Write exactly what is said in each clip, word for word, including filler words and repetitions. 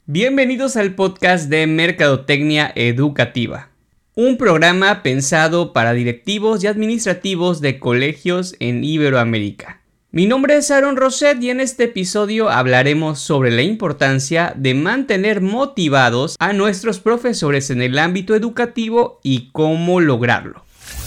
Bienvenidos al podcast de Mercadotecnia Educativa, un programa pensado para directivos y administrativos de colegios en Iberoamérica. Mi nombre es Aaron Roset y en este episodio hablaremos sobre la importancia de mantener motivados a nuestros profesores en el ámbito educativo y cómo lograrlo.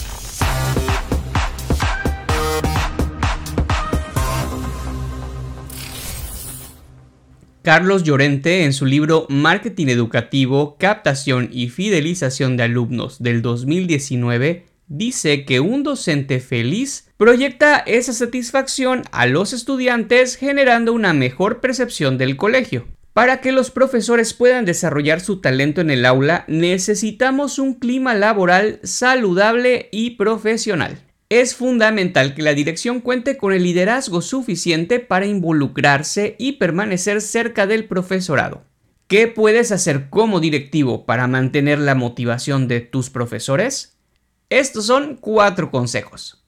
Carlos Llorente, en su libro Marketing Educativo, Captación y Fidelización de Alumnos del dos mil diecinueve, dice que un docente feliz proyecta esa satisfacción a los estudiantes, generando una mejor percepción del colegio. Para que los profesores puedan desarrollar su talento en el aula, necesitamos un clima laboral saludable y profesional. Es fundamental que la dirección cuente con el liderazgo suficiente para involucrarse y permanecer cerca del profesorado. ¿Qué puedes hacer como directivo para mantener la motivación de tus profesores? Estos son cuatro consejos.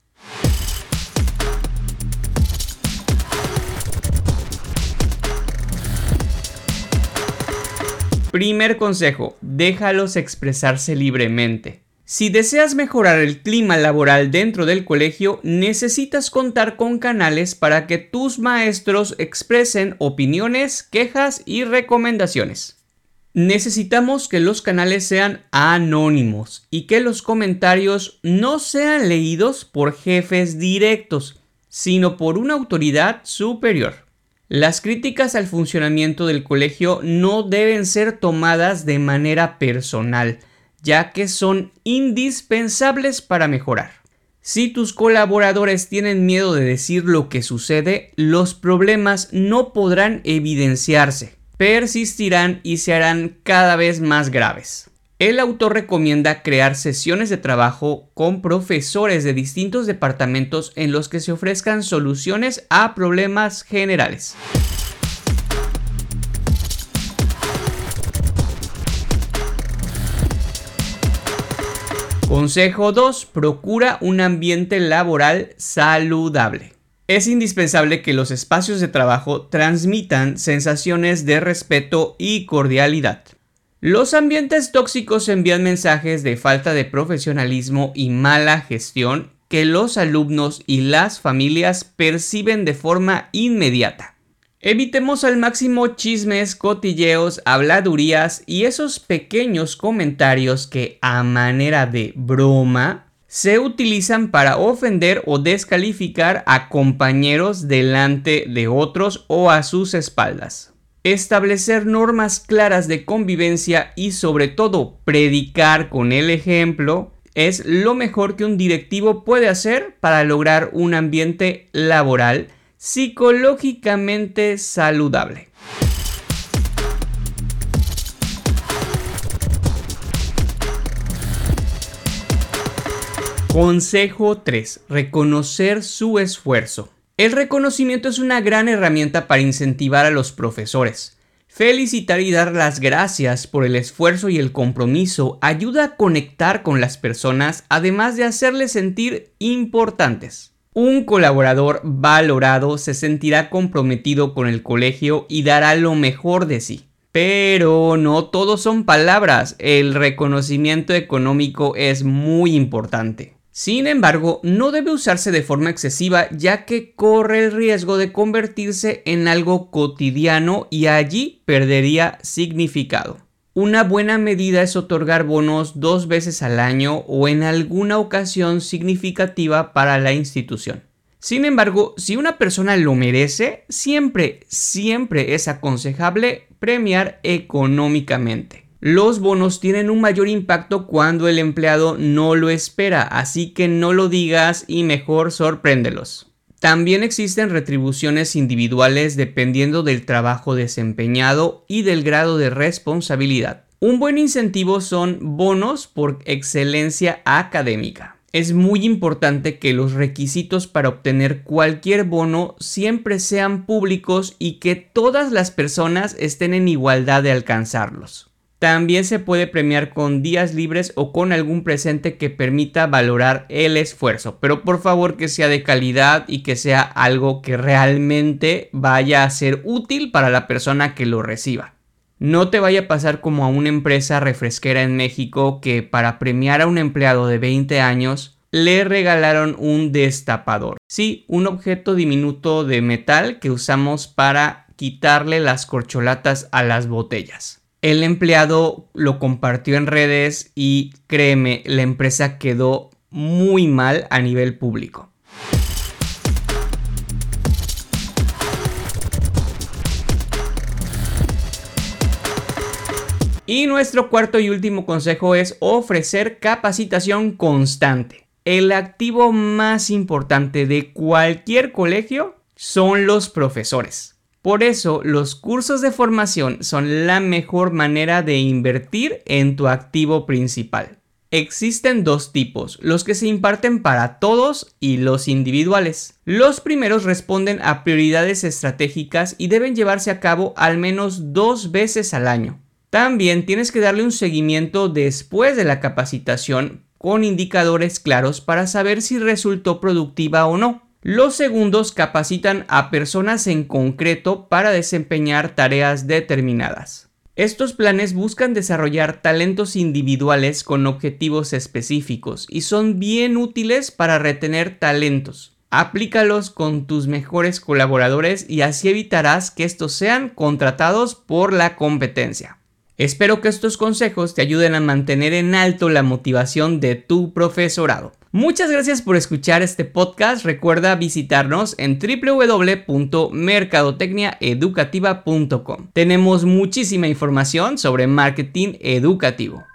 Primer consejo: déjalos expresarse libremente. Si deseas mejorar el clima laboral dentro del colegio, necesitas contar con canales para que tus maestros expresen opiniones, quejas y recomendaciones. Necesitamos que los canales sean anónimos y que los comentarios no sean leídos por jefes directos, sino por una autoridad superior. Las críticas al funcionamiento del colegio no deben ser tomadas de manera personal, ya que son indispensables para mejorar. Si tus colaboradores tienen miedo de decir lo que sucede, los problemas no podrán evidenciarse, persistirán y se harán cada vez más graves. El autor recomienda crear sesiones de trabajo con profesores de distintos departamentos en los que se ofrezcan soluciones a problemas generales. Consejo dos. Procura un ambiente laboral saludable. Es indispensable que los espacios de trabajo transmitan sensaciones de respeto y cordialidad. Los ambientes tóxicos envían mensajes de falta de profesionalismo y mala gestión que los alumnos y las familias perciben de forma inmediata. Evitemos al máximo chismes, cotilleos, habladurías y esos pequeños comentarios que, a manera de broma, se utilizan para ofender o descalificar a compañeros delante de otros o a sus espaldas. Establecer normas claras de convivencia y, sobre todo, predicar con el ejemplo es lo mejor que un directivo puede hacer para lograr un ambiente laboral psicológicamente saludable. Consejo tres. Reconocer su esfuerzo. El reconocimiento es una gran herramienta para incentivar a los profesores. Felicitar y dar las gracias por el esfuerzo y el compromiso ayuda a conectar con las personas, además de hacerles sentir importantes. Un colaborador valorado se sentirá comprometido con el colegio y dará lo mejor de sí. Pero no todo son palabras, el reconocimiento económico es muy importante. Sin embargo, no debe usarse de forma excesiva, ya que corre el riesgo de convertirse en algo cotidiano y allí perdería significado. Una buena medida es otorgar bonos dos veces al año o en alguna ocasión significativa para la institución. Sin embargo, si una persona lo merece, siempre, siempre es aconsejable premiar económicamente. Los bonos tienen un mayor impacto cuando el empleado no lo espera, así que no lo digas y mejor sorpréndelos. También existen retribuciones individuales dependiendo del trabajo desempeñado y del grado de responsabilidad. Un buen incentivo son bonos por excelencia académica. Es muy importante que los requisitos para obtener cualquier bono siempre sean públicos y que todas las personas estén en igualdad de alcanzarlos. También se puede premiar con días libres o con algún presente que permita valorar el esfuerzo, pero por favor que sea de calidad y que sea algo que realmente vaya a ser útil para la persona que lo reciba. No te vaya a pasar como a una empresa refresquera en México que para premiar a un empleado de veinte años le regalaron un destapador. Sí, un objeto diminuto de metal que usamos para quitarle las corcholatas a las botellas. El empleado lo compartió en redes y créeme, la empresa quedó muy mal a nivel público. Y nuestro cuarto y último consejo es ofrecer capacitación constante. El activo más importante de cualquier colegio son los profesores. Por eso, los cursos de formación son la mejor manera de invertir en tu activo principal. Existen dos tipos, los que se imparten para todos y los individuales. Los primeros responden a prioridades estratégicas y deben llevarse a cabo al menos dos veces al año. También tienes que darle un seguimiento después de la capacitación con indicadores claros para saber si resultó productiva o no. Los segundos capacitan a personas en concreto para desempeñar tareas determinadas. Estos planes buscan desarrollar talentos individuales con objetivos específicos y son bien útiles para retener talentos. Aplícalos con tus mejores colaboradores y así evitarás que estos sean contratados por la competencia. Espero que estos consejos te ayuden a mantener en alto la motivación de tu profesorado. Muchas gracias por escuchar este podcast. Recuerda visitarnos en w w w punto mercadotecnia educativa punto com. Tenemos muchísima información sobre marketing educativo.